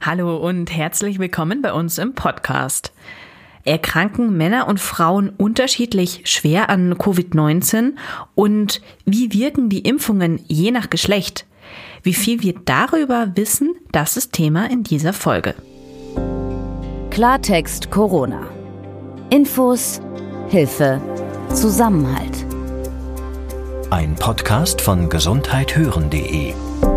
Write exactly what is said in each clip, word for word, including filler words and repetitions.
Hallo und herzlich willkommen bei uns im Podcast. Erkranken Männer und Frauen unterschiedlich schwer an Covid neunzehn und wie wirken die Impfungen je nach Geschlecht? Wie viel wir darüber wissen, das ist Thema in dieser Folge. Klartext Corona. Infos, Hilfe, Zusammenhalt. Ein Podcast von gesundheit hören punkt de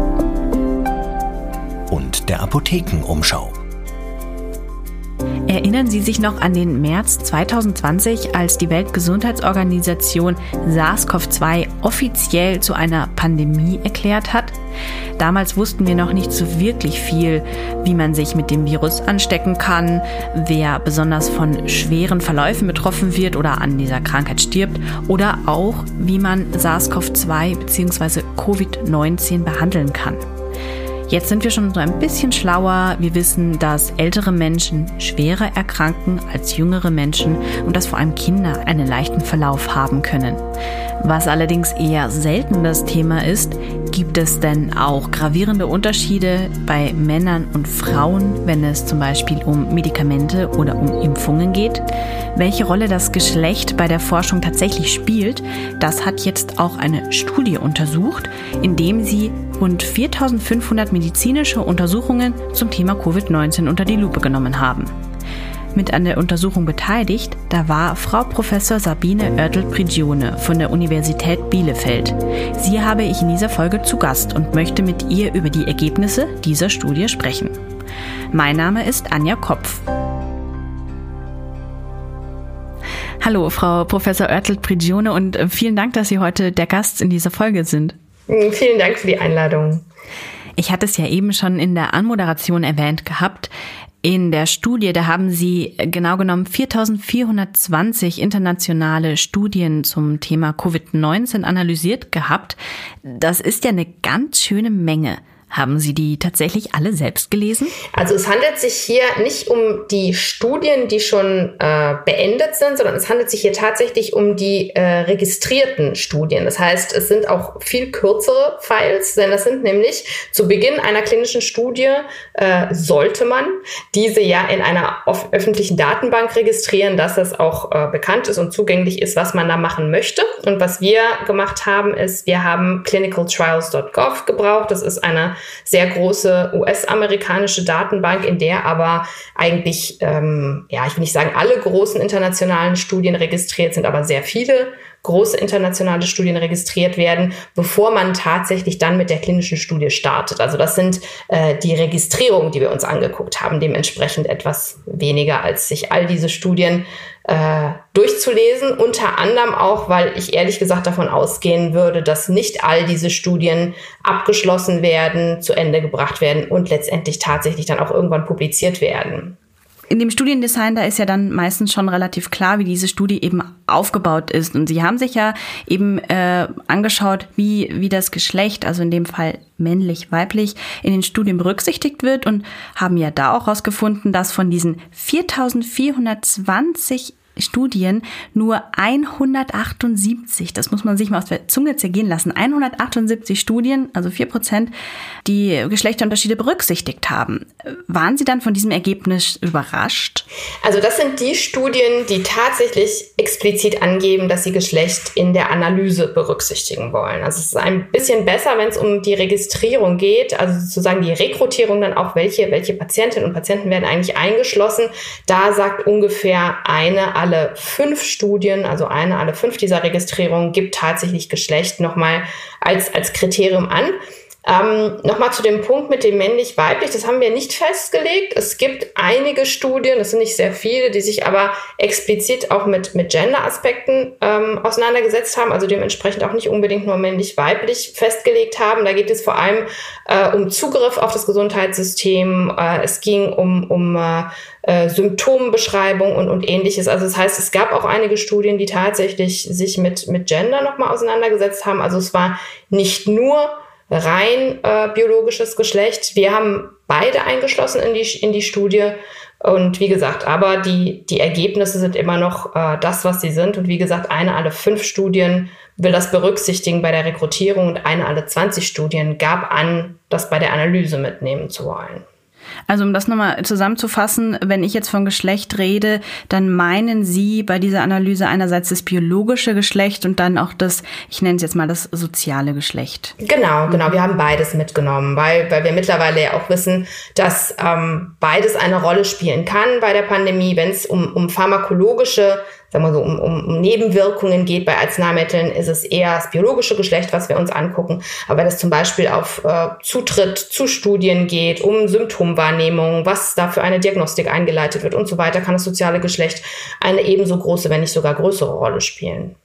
und der Apothekenumschau. Erinnern Sie sich noch an den März zwanzig zwanzig, als die Weltgesundheitsorganisation SARS-C o V zwei offiziell zu einer Pandemie erklärt hat? Damals wussten wir noch nicht so wirklich viel, wie man sich mit dem Virus anstecken kann, wer besonders von schweren Verläufen betroffen wird oder an dieser Krankheit stirbt oder auch, wie man SARS-C o V zwei bzw. Covid neunzehn behandeln kann. Jetzt sind wir schon so ein bisschen schlauer. Wir wissen, dass ältere Menschen schwerer erkranken als jüngere Menschen und dass vor allem Kinder einen leichten Verlauf haben können. Was allerdings eher selten das Thema ist, gibt es denn auch gravierende Unterschiede bei Männern und Frauen, wenn es zum Beispiel um Medikamente oder um Impfungen geht? Welche Rolle das Geschlecht bei der Forschung tatsächlich spielt, das hat jetzt auch eine Studie untersucht, indem sie rund viertausendfünfhundert medizinische Untersuchungen zum Thema Covid neunzehn unter die Lupe genommen haben. Mit an der Untersuchung beteiligt, da war Frau Professor Sabine Oertel-Prigione von der Universität Bielefeld. Sie habe ich in dieser Folge zu Gast und möchte mit ihr über die Ergebnisse dieser Studie sprechen. Mein Name ist Anja Kopf. Hallo, Frau Professor Oertel-Prigione, und vielen Dank, dass Sie heute der Gast in dieser Folge sind. Vielen Dank für die Einladung. Ich hatte es ja eben schon in der Anmoderation erwähnt gehabt. In der Studie, da haben Sie genau genommen viertausendvierhundertzwanzig internationale Studien zum Thema Covid neunzehn analysiert gehabt. Das ist ja eine ganz schöne Menge. Haben Sie die tatsächlich alle selbst gelesen? Also es handelt sich hier nicht um die Studien, die schon äh, beendet sind, sondern es handelt sich hier tatsächlich um die äh, registrierten Studien. Das heißt, es sind auch viel kürzere Files, denn das sind nämlich zu Beginn einer klinischen Studie äh, sollte man diese ja in einer off- öffentlichen Datenbank registrieren, dass das auch äh, bekannt ist und zugänglich ist, was man da machen möchte. Und was wir gemacht haben, ist, wir haben clinical trials dot gov gebraucht. Das ist eine sehr große U S-amerikanische Datenbank, in der aber eigentlich, ähm, ja, ich will nicht sagen, alle großen internationalen Studien registriert sind, aber sehr viele große internationale Studien registriert werden, bevor man tatsächlich dann mit der klinischen Studie startet. Also das sind äh, die Registrierungen, die wir uns angeguckt haben, dementsprechend etwas weniger, als sich all diese Studien äh, durchzulesen. Unter anderem auch, weil ich ehrlich gesagt davon ausgehen würde, dass nicht all diese Studien abgeschlossen werden, zu Ende gebracht werden und letztendlich tatsächlich dann auch irgendwann publiziert werden. In dem Studiendesign, da ist ja dann meistens schon relativ klar, wie diese Studie eben aufgebaut ist. Und Sie haben sich ja eben äh, angeschaut, wie, wie das Geschlecht, also in dem Fall männlich, weiblich, in den Studien berücksichtigt wird und haben ja da auch herausgefunden, dass von diesen viertausendvierhundertzwanzig Studien nur hundertachtundsiebzig, das muss man sich mal aus der Zunge zergehen lassen, hundertachtundsiebzig Studien, also vier Prozent, die Geschlechterunterschiede berücksichtigt haben. Waren Sie dann von diesem Ergebnis überrascht? Also das sind die Studien, die tatsächlich explizit angeben, dass sie Geschlecht in der Analyse berücksichtigen wollen. Also es ist ein bisschen besser, wenn es um die Registrierung geht, also sozusagen die Rekrutierung dann auch, welche, welche Patientinnen und Patienten werden eigentlich eingeschlossen. Da sagt ungefähr eine alle fünf Studien, also eine alle fünf dieser Registrierungen, gibt tatsächlich Geschlecht nochmal als, als Kriterium an. Ähm, Nochmal zu dem Punkt mit dem männlich-weiblich, das haben wir nicht festgelegt. Es gibt einige Studien, das sind nicht sehr viele, die sich aber explizit auch mit, mit Gender-Aspekten ähm, auseinandergesetzt haben, also dementsprechend auch nicht unbedingt nur männlich-weiblich festgelegt haben. Da geht es vor allem äh, um Zugriff auf das Gesundheitssystem, äh, es ging um, um äh, äh, Symptombeschreibung und, und ähnliches. Also das heißt, es gab auch einige Studien, die tatsächlich sich mit, mit Gender nochmal auseinandergesetzt haben. Also es war nicht nur rein äh, biologisches Geschlecht. Wir haben beide eingeschlossen in die, in die Studie. Und wie gesagt, aber die, die Ergebnisse sind immer noch äh, das, was sie sind. Und wie gesagt, eine alle fünf Studien will das berücksichtigen bei der Rekrutierung und eine alle zwanzig Studien gab an, das bei der Analyse mitnehmen zu wollen. Also um das nochmal zusammenzufassen, wenn ich jetzt von Geschlecht rede, dann meinen Sie bei dieser Analyse einerseits das biologische Geschlecht und dann auch das, ich nenne es jetzt mal das soziale Geschlecht. Genau, genau. Wir haben beides mitgenommen, weil, weil wir mittlerweile ja auch wissen, dass ähm, beides eine Rolle spielen kann bei der Pandemie, wenn es um, um pharmakologische, sagen wir so, um, um, um Nebenwirkungen geht bei Arzneimitteln, ist es eher das biologische Geschlecht, was wir uns angucken. Aber wenn es zum Beispiel auf äh, Zutritt zu Studien geht, um Symptomwahrnehmung, was da für eine Diagnostik eingeleitet wird und so weiter, kann das soziale Geschlecht eine ebenso große, wenn nicht sogar größere Rolle spielen.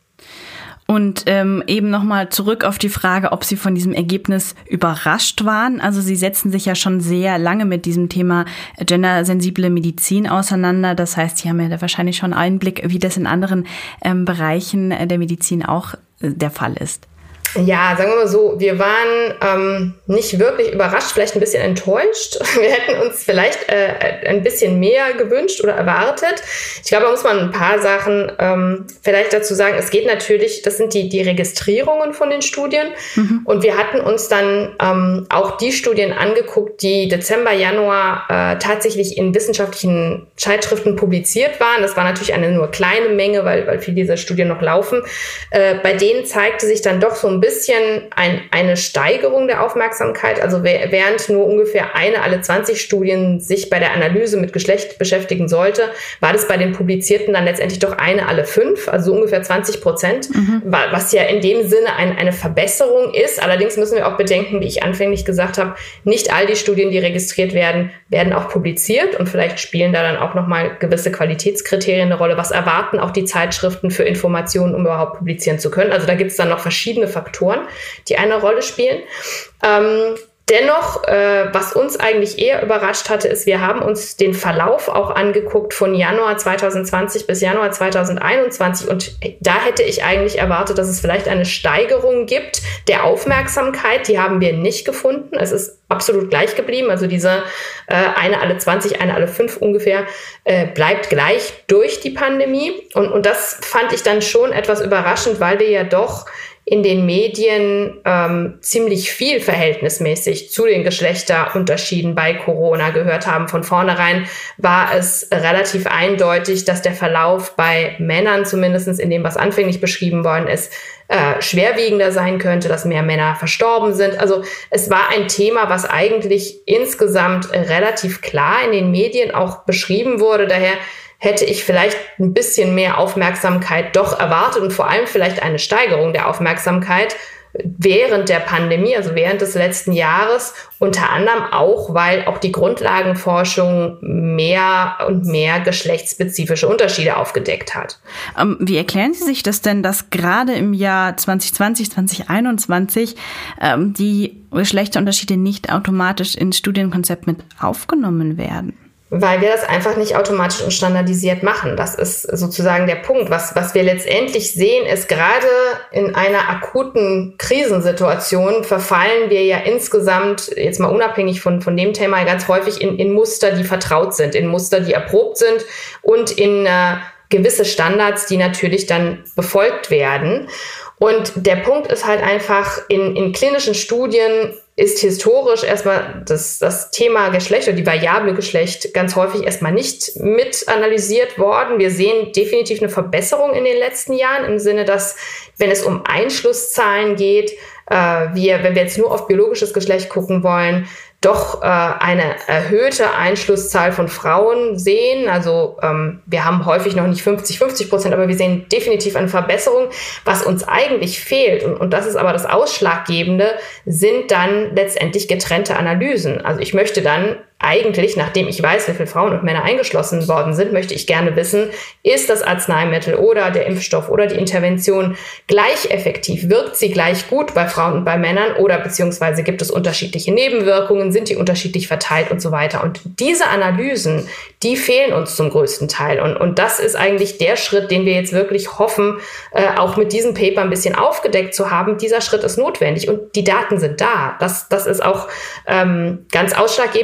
Und ähm, eben nochmal zurück auf die Frage, ob Sie von diesem Ergebnis überrascht waren. Also Sie setzen sich ja schon sehr lange mit diesem Thema gendersensible Medizin auseinander. Das heißt, Sie haben ja da wahrscheinlich schon Einblick, wie das in anderen ähm, Bereichen der Medizin auch äh, der Fall ist. Ja, sagen wir mal so, wir waren ähm, nicht wirklich überrascht, vielleicht ein bisschen enttäuscht. Wir hätten uns vielleicht äh, ein bisschen mehr gewünscht oder erwartet. Ich glaube, da muss man ein paar Sachen ähm, vielleicht dazu sagen. Es geht natürlich, das sind die, die Registrierungen von den Studien. Mhm. Und wir hatten uns dann ähm, auch die Studien angeguckt, die Dezember, Januar äh, tatsächlich in wissenschaftlichen Zeitschriften publiziert waren. Das war natürlich eine nur kleine Menge, weil, weil viele dieser Studien noch laufen. Äh, bei denen zeigte sich dann doch so ein bisschen ein, eine Steigerung der Aufmerksamkeit. Also während nur ungefähr eine alle zwanzig Studien sich bei der Analyse mit Geschlecht beschäftigen sollte, war das bei den publizierten dann letztendlich doch eine alle fünf, also ungefähr zwanzig Prozent, mhm. was ja in dem Sinne ein, eine Verbesserung ist. Allerdings müssen wir auch bedenken, wie ich anfänglich gesagt habe, nicht all die Studien, die registriert werden, werden auch publiziert und vielleicht spielen da dann auch nochmal gewisse Qualitätskriterien eine Rolle. Was erwarten auch die Zeitschriften für Informationen, um überhaupt publizieren zu können? Also da gibt es dann noch verschiedene Faktoren, die eine Rolle spielen. Ähm, dennoch, äh, was uns eigentlich eher überrascht hatte, ist, wir haben uns den Verlauf auch angeguckt von Januar zwanzig zwanzig bis Januar zwanzig einundzwanzig und da hätte ich eigentlich erwartet, dass es vielleicht eine Steigerung gibt der Aufmerksamkeit. Die haben wir nicht gefunden. Es ist absolut gleich geblieben. Also diese äh, eine alle zwanzig, eine alle fünf ungefähr äh, bleibt gleich durch die Pandemie. Und, und das fand ich dann schon etwas überraschend, weil wir ja doch in den Medien ähm, ziemlich viel verhältnismäßig zu den Geschlechterunterschieden bei Corona gehört haben. Von vornherein war es relativ eindeutig, dass der Verlauf bei Männern, zumindest in dem, was anfänglich beschrieben worden ist, äh, schwerwiegender sein könnte, dass mehr Männer verstorben sind. Also es war ein Thema, was eigentlich insgesamt relativ klar in den Medien auch beschrieben wurde. Daher hätte ich vielleicht ein bisschen mehr Aufmerksamkeit doch erwartet und vor allem vielleicht eine Steigerung der Aufmerksamkeit während der Pandemie, also während des letzten Jahres, unter anderem auch, weil auch die Grundlagenforschung mehr und mehr geschlechtsspezifische Unterschiede aufgedeckt hat. Ähm, wie erklären Sie sich das denn, dass gerade im Jahr zwanzig zwanzig, zwanzig einundzwanzig ähm, die Geschlechterunterschiede nicht automatisch ins Studienkonzept mit aufgenommen werden? Weil wir das einfach nicht automatisch und standardisiert machen. Das ist sozusagen der Punkt. Was, was wir letztendlich sehen, ist gerade in einer akuten Krisensituation verfallen wir ja insgesamt, jetzt mal unabhängig von, von dem Thema, ganz häufig in, in Muster, die vertraut sind, in Muster, die erprobt sind und in äh, gewisse Standards, die natürlich dann befolgt werden. Und der Punkt ist halt einfach, in, in klinischen Studien ist historisch erstmal das, das Thema Geschlecht oder die Variable Geschlecht ganz häufig erstmal nicht mit analysiert worden. Wir sehen definitiv eine Verbesserung in den letzten Jahren im Sinne, dass, wenn es um Einschlusszahlen geht, äh, wir, wenn wir jetzt nur auf biologisches Geschlecht gucken wollen, doch äh, eine erhöhte Einschlusszahl von Frauen sehen. Also ähm, wir haben häufig noch nicht fünfzig fünfzig Prozent, aber wir sehen definitiv eine Verbesserung. Was uns eigentlich fehlt, und, und das ist aber das Ausschlaggebende, sind dann letztendlich getrennte Analysen. Also ich möchte dann eigentlich, nachdem ich weiß, wie viele Frauen und Männer eingeschlossen worden sind, möchte ich gerne wissen, ist das Arzneimittel oder der Impfstoff oder die Intervention gleich effektiv? Wirkt sie gleich gut bei Frauen und bei Männern oder beziehungsweise gibt es unterschiedliche Nebenwirkungen? Sind die unterschiedlich verteilt und so weiter? Und diese Analysen, die fehlen uns zum größten Teil. Und, und das ist eigentlich der Schritt, den wir jetzt wirklich hoffen, äh, auch mit diesem Paper ein bisschen aufgedeckt zu haben. Dieser Schritt ist notwendig und die Daten sind da. Das, das ist auch ähm, ganz ausschlaggebend. Es müssen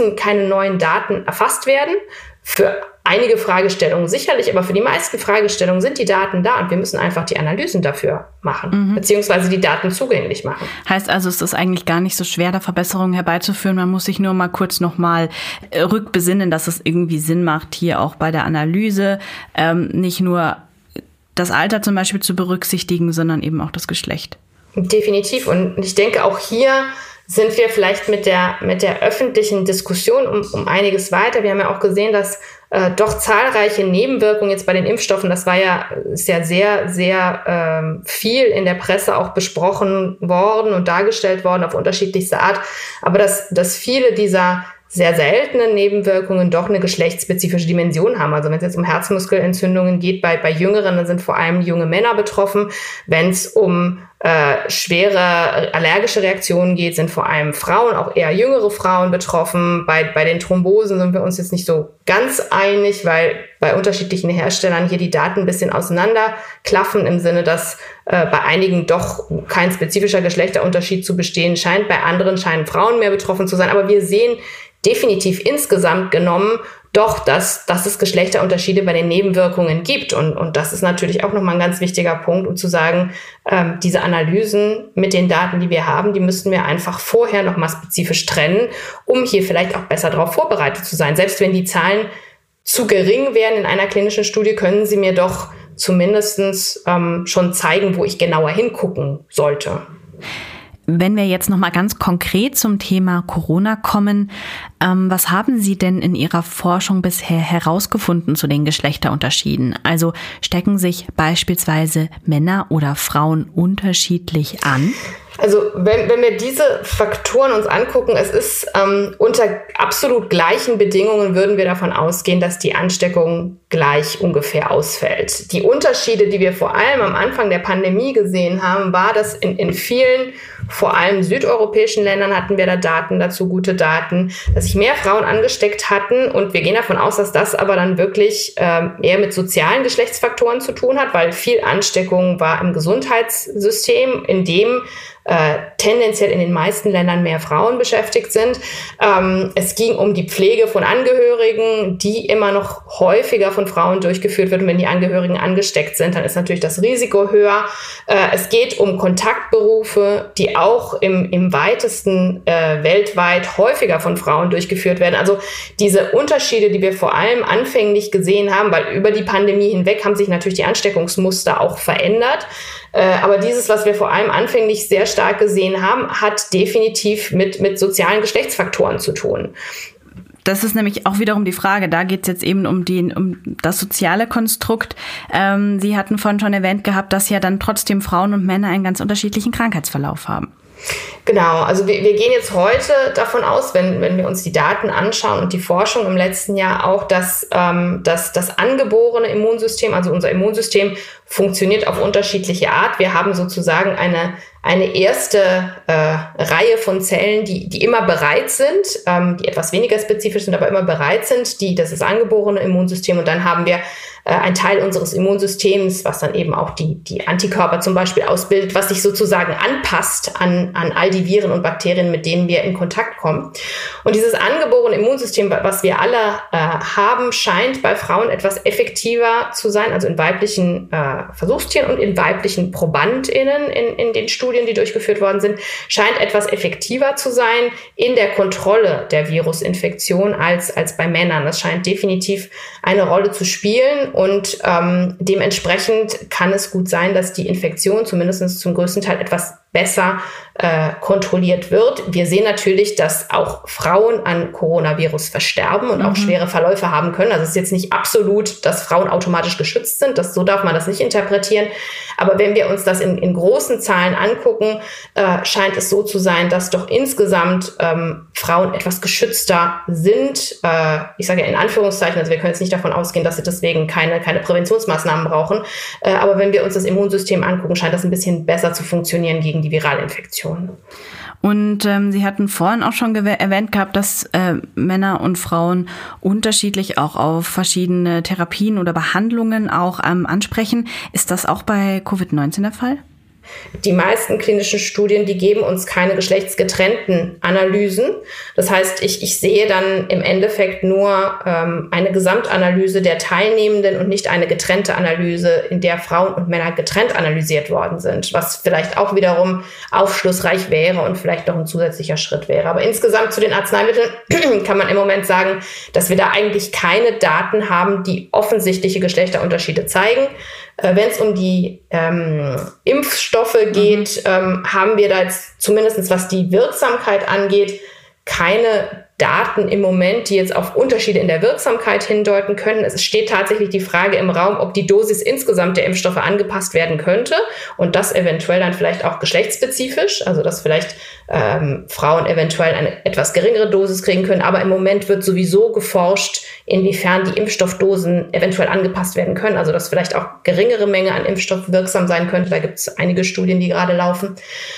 müssen keine neuen Daten erfasst werden. Für einige Fragestellungen sicherlich, aber für die meisten Fragestellungen sind die Daten da und wir müssen einfach die Analysen dafür machen, mhm. beziehungsweise die Daten zugänglich machen. Heißt also, es ist eigentlich gar nicht so schwer, da Verbesserungen herbeizuführen. Man muss sich nur mal kurz noch mal rückbesinnen, dass es irgendwie Sinn macht, hier auch bei der Analyse ähm, nicht nur das Alter zum Beispiel zu berücksichtigen, sondern eben auch das Geschlecht. Definitiv. Und ich denke, auch hier sind wir vielleicht mit der, mit der öffentlichen Diskussion um, um einiges weiter. Wir haben ja auch gesehen, dass äh, doch zahlreiche Nebenwirkungen jetzt bei den Impfstoffen, das war ja, ist ja sehr, sehr ähm, viel in der Presse auch besprochen worden und dargestellt worden auf unterschiedlichste Art. Aber dass, dass viele dieser sehr seltenen Nebenwirkungen doch eine geschlechtsspezifische Dimension haben. Also wenn es jetzt um Herzmuskelentzündungen geht, bei, bei Jüngeren, dann sind vor allem junge Männer betroffen. Wenn es um äh, schwere allergische Reaktionen geht, sind vor allem Frauen, auch eher jüngere Frauen betroffen. Bei, bei den Thrombosen sind wir uns jetzt nicht so ganz einig, weil bei unterschiedlichen Herstellern hier die Daten ein bisschen auseinanderklaffen, im Sinne, dass äh, bei einigen doch kein spezifischer Geschlechterunterschied zu bestehen scheint. Bei anderen scheinen Frauen mehr betroffen zu sein. Aber wir sehen definitiv insgesamt genommen doch, dass, dass es Geschlechterunterschiede bei den Nebenwirkungen gibt. Und, und das ist natürlich auch nochmal ein ganz wichtiger Punkt, um zu sagen, ähm, diese Analysen mit den Daten, die wir haben, die müssten wir einfach vorher nochmal spezifisch trennen, um hier vielleicht auch besser darauf vorbereitet zu sein. Selbst wenn die Zahlen zu gering wären in einer klinischen Studie, können sie mir doch zumindest ähm, schon zeigen, wo ich genauer hingucken sollte. Wenn wir jetzt noch mal ganz konkret zum Thema Corona kommen, ähm, was haben Sie denn in Ihrer Forschung bisher herausgefunden zu den Geschlechterunterschieden? Also stecken sich beispielsweise Männer oder Frauen unterschiedlich an? Also wenn, wenn wir diese Faktoren uns angucken, es ist ähm, unter absolut gleichen Bedingungen würden wir davon ausgehen, dass die Ansteckung gleich ungefähr ausfällt. Die Unterschiede, die wir vor allem am Anfang der Pandemie gesehen haben, war, dass in, in vielen, vor allem südeuropäischen Ländern hatten wir da Daten dazu, gute Daten, dass sich mehr Frauen angesteckt hatten, und wir gehen davon aus, dass das aber dann wirklich ähm, eher mit sozialen Geschlechtsfaktoren zu tun hat, weil viel Ansteckung war im Gesundheitssystem, in dem Äh, tendenziell in den meisten Ländern mehr Frauen beschäftigt sind. Ähm, es ging um die Pflege von Angehörigen, die immer noch häufiger von Frauen durchgeführt wird. Und wenn die Angehörigen angesteckt sind, dann ist natürlich das Risiko höher. Äh, es geht um Kontaktberufe, die auch im, im weitesten äh, weltweit häufiger von Frauen durchgeführt werden. Also diese Unterschiede, die wir vor allem anfänglich gesehen haben, weil über die Pandemie hinweg haben sich natürlich die Ansteckungsmuster auch verändert. Äh, aber dieses, was wir vor allem anfänglich sehr stark gesehen haben, hat definitiv mit, mit sozialen Geschlechtsfaktoren zu tun. Das ist nämlich auch wiederum die Frage. Da geht es jetzt eben um, die, um das soziale Konstrukt. Ähm, Sie hatten vorhin schon erwähnt gehabt, dass ja dann trotzdem Frauen und Männer einen ganz unterschiedlichen Krankheitsverlauf haben. Genau, also wir, wir gehen jetzt heute davon aus, wenn, wenn wir uns die Daten anschauen und die Forschung im letzten Jahr auch, dass, ähm, dass das angeborene Immunsystem, also unser Immunsystem, funktioniert auf unterschiedliche Art. Wir haben sozusagen eine, eine erste äh, Reihe von Zellen, die, die immer bereit sind, ähm, die etwas weniger spezifisch sind, aber immer bereit sind. Die, das ist das angeborene Immunsystem. Und dann haben wir äh, einen Teil unseres Immunsystems, was dann eben auch die, die Antikörper zum Beispiel ausbildet, was sich sozusagen anpasst an, an all die Viren und Bakterien, mit denen wir in Kontakt kommen. Und dieses angeborene Immunsystem, was wir alle äh, haben, scheint bei Frauen etwas effektiver zu sein, also in weiblichen äh, Versuchstieren und in weiblichen ProbandInnen in, in den Studien, die durchgeführt worden sind, scheint etwas effektiver zu sein in der Kontrolle der Virusinfektion als, als bei Männern. Das scheint definitiv eine Rolle zu spielen, und ähm, dementsprechend kann es gut sein, dass die Infektion zumindest zum größten Teil etwas besser äh, kontrolliert wird. Wir sehen natürlich, dass auch Frauen an Coronavirus versterben und mhm. auch schwere Verläufe haben können. Also es ist jetzt nicht absolut, dass Frauen automatisch geschützt sind. Das, so darf man das nicht interpretieren. Aber wenn wir uns das in, in großen Zahlen angucken, äh, scheint es so zu sein, dass doch insgesamt ähm, Frauen etwas geschützter sind. Äh, ich sage ja in Anführungszeichen, also wir können jetzt nicht davon ausgehen, dass sie deswegen keine, keine Präventionsmaßnahmen brauchen. Äh, aber wenn wir uns das Immunsystem angucken, scheint das ein bisschen besser zu funktionieren gegen die Viralinfektion. Und ähm, Sie hatten vorhin auch schon gew- erwähnt gehabt, dass äh, Männer und Frauen unterschiedlich auch auf verschiedene Therapien oder Behandlungen auch ähm, ansprechen. Ist das auch bei Covid neunzehn der Fall? Die meisten klinischen Studien, die geben uns keine geschlechtsgetrennten Analysen. Das heißt, ich, ich sehe dann im Endeffekt nur ähm, eine Gesamtanalyse der Teilnehmenden und nicht eine getrennte Analyse, in der Frauen und Männer getrennt analysiert worden sind, was vielleicht auch wiederum aufschlussreich wäre und vielleicht noch ein zusätzlicher Schritt wäre. Aber insgesamt zu den Arzneimitteln kann man im Moment sagen, dass wir da eigentlich keine Daten haben, die offensichtliche Geschlechterunterschiede zeigen. Äh, wenn es um die ähm, Impfstoffe geht, mhm. ähm, haben wir da jetzt zumindest was die Wirksamkeit angeht, keine Daten im Moment, die jetzt auf Unterschiede in der Wirksamkeit hindeuten können. Es steht tatsächlich die Frage im Raum, ob die Dosis insgesamt der Impfstoffe angepasst werden könnte und das eventuell dann vielleicht auch geschlechtsspezifisch, also dass vielleicht ähm, Frauen eventuell eine etwas geringere Dosis kriegen können. Aber im Moment wird sowieso geforscht, inwiefern die Impfstoffdosen eventuell angepasst werden können, also dass vielleicht auch geringere Menge an Impfstoff wirksam sein könnte. Da gibt es einige Studien, die gerade laufen.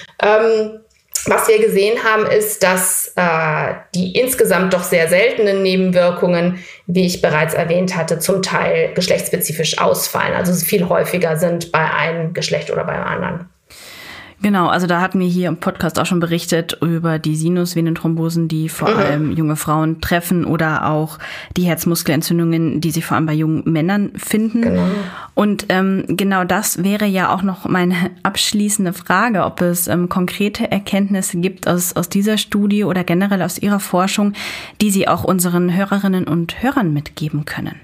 Ähm, Was wir gesehen haben, ist, dass äh, die insgesamt doch sehr seltenen Nebenwirkungen, wie ich bereits erwähnt hatte, zum Teil geschlechtsspezifisch ausfallen. Also viel häufiger sind bei einem Geschlecht oder beim anderen. Genau, also da hatten wir hier im Podcast auch schon berichtet über die Sinusvenenthrombosen, die vor mhm. allem junge Frauen treffen oder auch die Herzmuskelentzündungen, die sich vor allem bei jungen Männern finden. Genau. Und ähm, genau das wäre ja auch noch meine abschließende Frage, ob es ähm, konkrete Erkenntnisse gibt aus, aus dieser Studie oder generell aus Ihrer Forschung, die Sie auch unseren Hörerinnen und Hörern mitgeben können.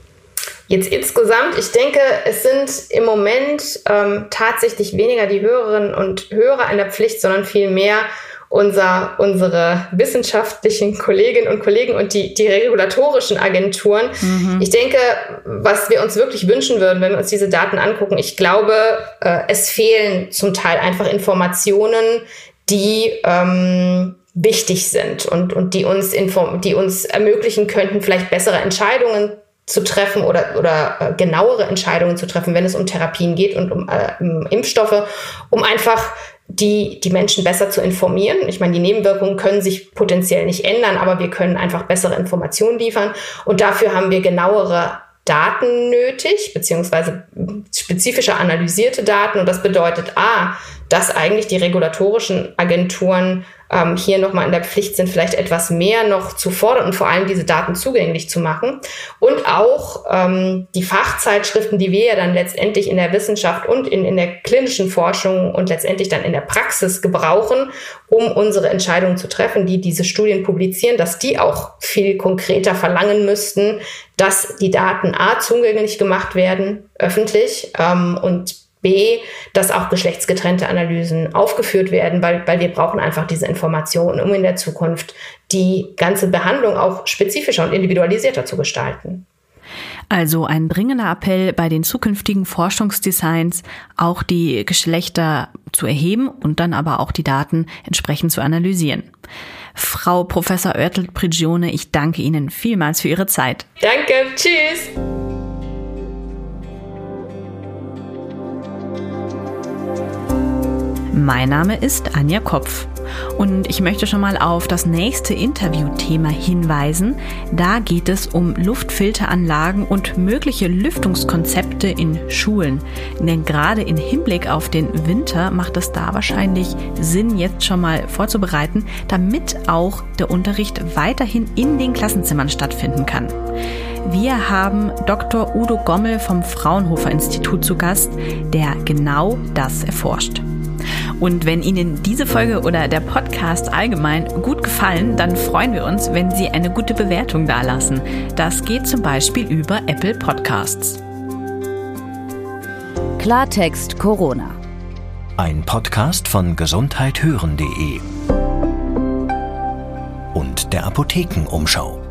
Jetzt insgesamt, ich denke, es sind im Moment ähm, tatsächlich weniger die Hörerinnen und Hörer in der Pflicht, sondern vielmehr unser, unsere wissenschaftlichen Kolleginnen und Kollegen und die, die regulatorischen Agenturen. Mhm. Ich denke, was wir uns wirklich wünschen würden, wenn wir uns diese Daten angucken, ich glaube, äh, es fehlen zum Teil einfach Informationen, die ähm, wichtig sind und, und die uns inform- die uns ermöglichen könnten, vielleicht bessere Entscheidungen zu treffen oder, oder äh, genauere Entscheidungen zu treffen, wenn es um Therapien geht und um, äh, um Impfstoffe, um einfach die, die Menschen besser zu informieren. Ich meine, die Nebenwirkungen können sich potenziell nicht ändern, aber wir können einfach bessere Informationen liefern. Und dafür haben wir genauere Daten nötig, beziehungsweise spezifischer analysierte Daten. Und das bedeutet A, dass eigentlich die regulatorischen Agenturen ähm, hier nochmal in der Pflicht sind, vielleicht etwas mehr noch zu fordern und vor allem diese Daten zugänglich zu machen. Und auch ähm, die Fachzeitschriften, die wir ja dann letztendlich in der Wissenschaft und in, in der klinischen Forschung und letztendlich dann in der Praxis gebrauchen, um unsere Entscheidungen zu treffen, die diese Studien publizieren, dass die auch viel konkreter verlangen müssten, dass die Daten A, zugänglich gemacht werden, öffentlich, ähm, und B, dass auch geschlechtsgetrennte Analysen aufgeführt werden, weil, weil wir brauchen einfach diese Informationen, um in der Zukunft die ganze Behandlung auch spezifischer und individualisierter zu gestalten. Also ein dringender Appell bei den zukünftigen Forschungsdesigns, auch die Geschlechter zu erheben und dann aber auch die Daten entsprechend zu analysieren. Frau Professor Oertel-Prigione, ich danke Ihnen vielmals für Ihre Zeit. Danke, tschüss. Mein Name ist Anja Kopf und ich möchte schon mal auf das nächste Interviewthema hinweisen. Da geht es um Luftfilteranlagen und mögliche Lüftungskonzepte in Schulen. Denn gerade im Hinblick auf den Winter macht es da wahrscheinlich Sinn, jetzt schon mal vorzubereiten, damit auch der Unterricht weiterhin in den Klassenzimmern stattfinden kann. Wir haben Doktor Udo Gommel vom Fraunhofer Institut zu Gast, der genau das erforscht. Und wenn Ihnen diese Folge oder der Podcast allgemein gut gefallen, dann freuen wir uns, wenn Sie eine gute Bewertung dalassen. Das geht zum Beispiel über Apple Podcasts. Klartext Corona. Ein Podcast von gesundheit hören punkt de und der Apothekenumschau.